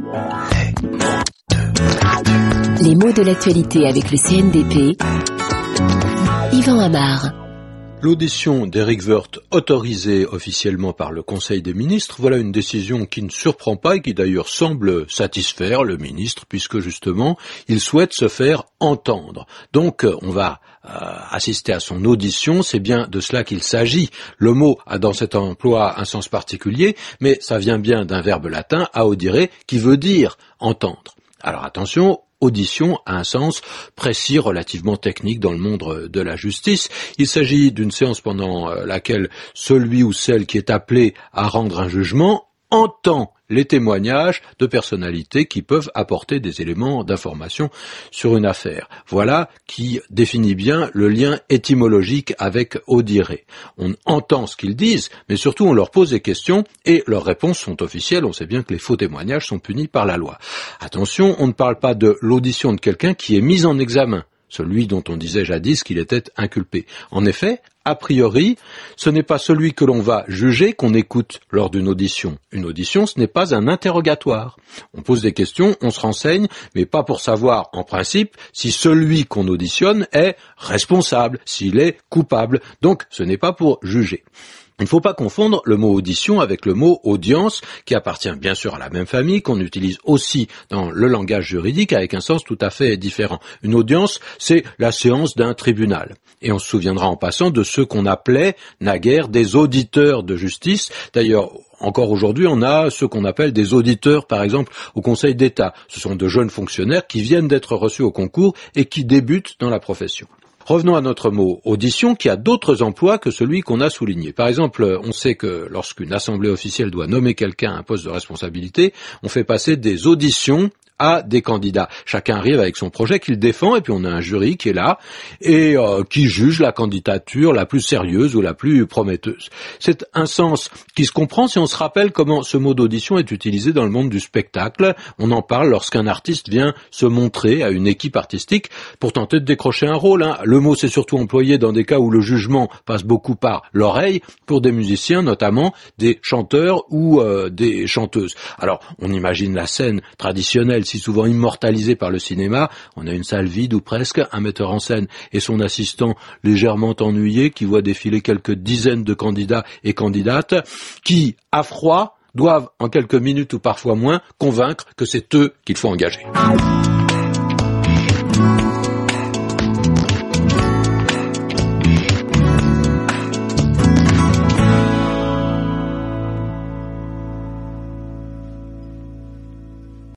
Les mots de l'actualité avec le CNDP. Yvan Amar. L'audition d'Éric Woerth autorisée officiellement par le Conseil des ministres, voilà une décision qui ne surprend pas et qui d'ailleurs semble satisfaire le ministre puisque justement il souhaite se faire entendre. Donc on va assister à son audition, c'est bien de cela qu'il s'agit. Le mot a dans cet emploi un sens particulier, mais ça vient bien d'un verbe latin, audire, qui veut dire entendre. Alors attention, audition a un sens précis, relativement technique dans le monde de la justice. Il s'agit d'une séance pendant laquelle celui ou celle qui est appelé à rendre un jugement entend les témoignages de personnalités qui peuvent apporter des éléments d'information sur une affaire. Voilà qui définit bien le lien étymologique avec audire. On entend ce qu'ils disent, mais surtout on leur pose des questions et leurs réponses sont officielles. On sait bien que les faux témoignages sont punis par la loi. Attention, on ne parle pas de l'audition de quelqu'un qui est mis en examen, celui dont on disait jadis qu'il était inculpé. En effet, a priori, ce n'est pas celui que l'on va juger qu'on écoute lors d'une audition. Une audition, ce n'est pas un interrogatoire. On pose des questions, on se renseigne, mais pas pour savoir, en principe, si celui qu'on auditionne est responsable, s'il est coupable. Donc, ce n'est pas pour juger. Il ne faut pas confondre le mot audition avec le mot audience, qui appartient bien sûr à la même famille, qu'on utilise aussi dans le langage juridique avec un sens tout à fait différent. Une audience, c'est la séance d'un tribunal. Et on se souviendra en passant de ceux qu'on appelait naguère des auditeurs de justice. D'ailleurs, encore aujourd'hui, on a ceux qu'on appelle des auditeurs, par exemple, au Conseil d'État. Ce sont de jeunes fonctionnaires qui viennent d'être reçus au concours et qui débutent dans la profession. Revenons à notre mot audition qui a d'autres emplois que celui qu'on a souligné. Par exemple, on sait que lorsqu'une assemblée officielle doit nommer quelqu'un à un poste de responsabilité, on fait passer des auditions à des candidats. Chacun arrive avec son projet qu'il défend et puis on a un jury qui est là et qui juge la candidature la plus sérieuse ou la plus prometteuse. C'est un sens qui se comprend si on se rappelle comment ce mot d'audition est utilisé dans le monde du spectacle. On en parle lorsqu'un artiste vient se montrer à une équipe artistique pour tenter de décrocher un rôle. Le mot s'est surtout employé dans des cas où le jugement passe beaucoup par l'oreille, pour des musiciens notamment, des chanteurs ou des chanteuses. Alors on imagine la scène traditionnelle si souvent immortalisé par le cinéma, on a une salle vide ou presque, un metteur en scène et son assistant légèrement ennuyé qui voit défiler quelques dizaines de candidats et candidates qui, à froid, doivent en quelques minutes ou parfois moins convaincre que c'est eux qu'il faut engager.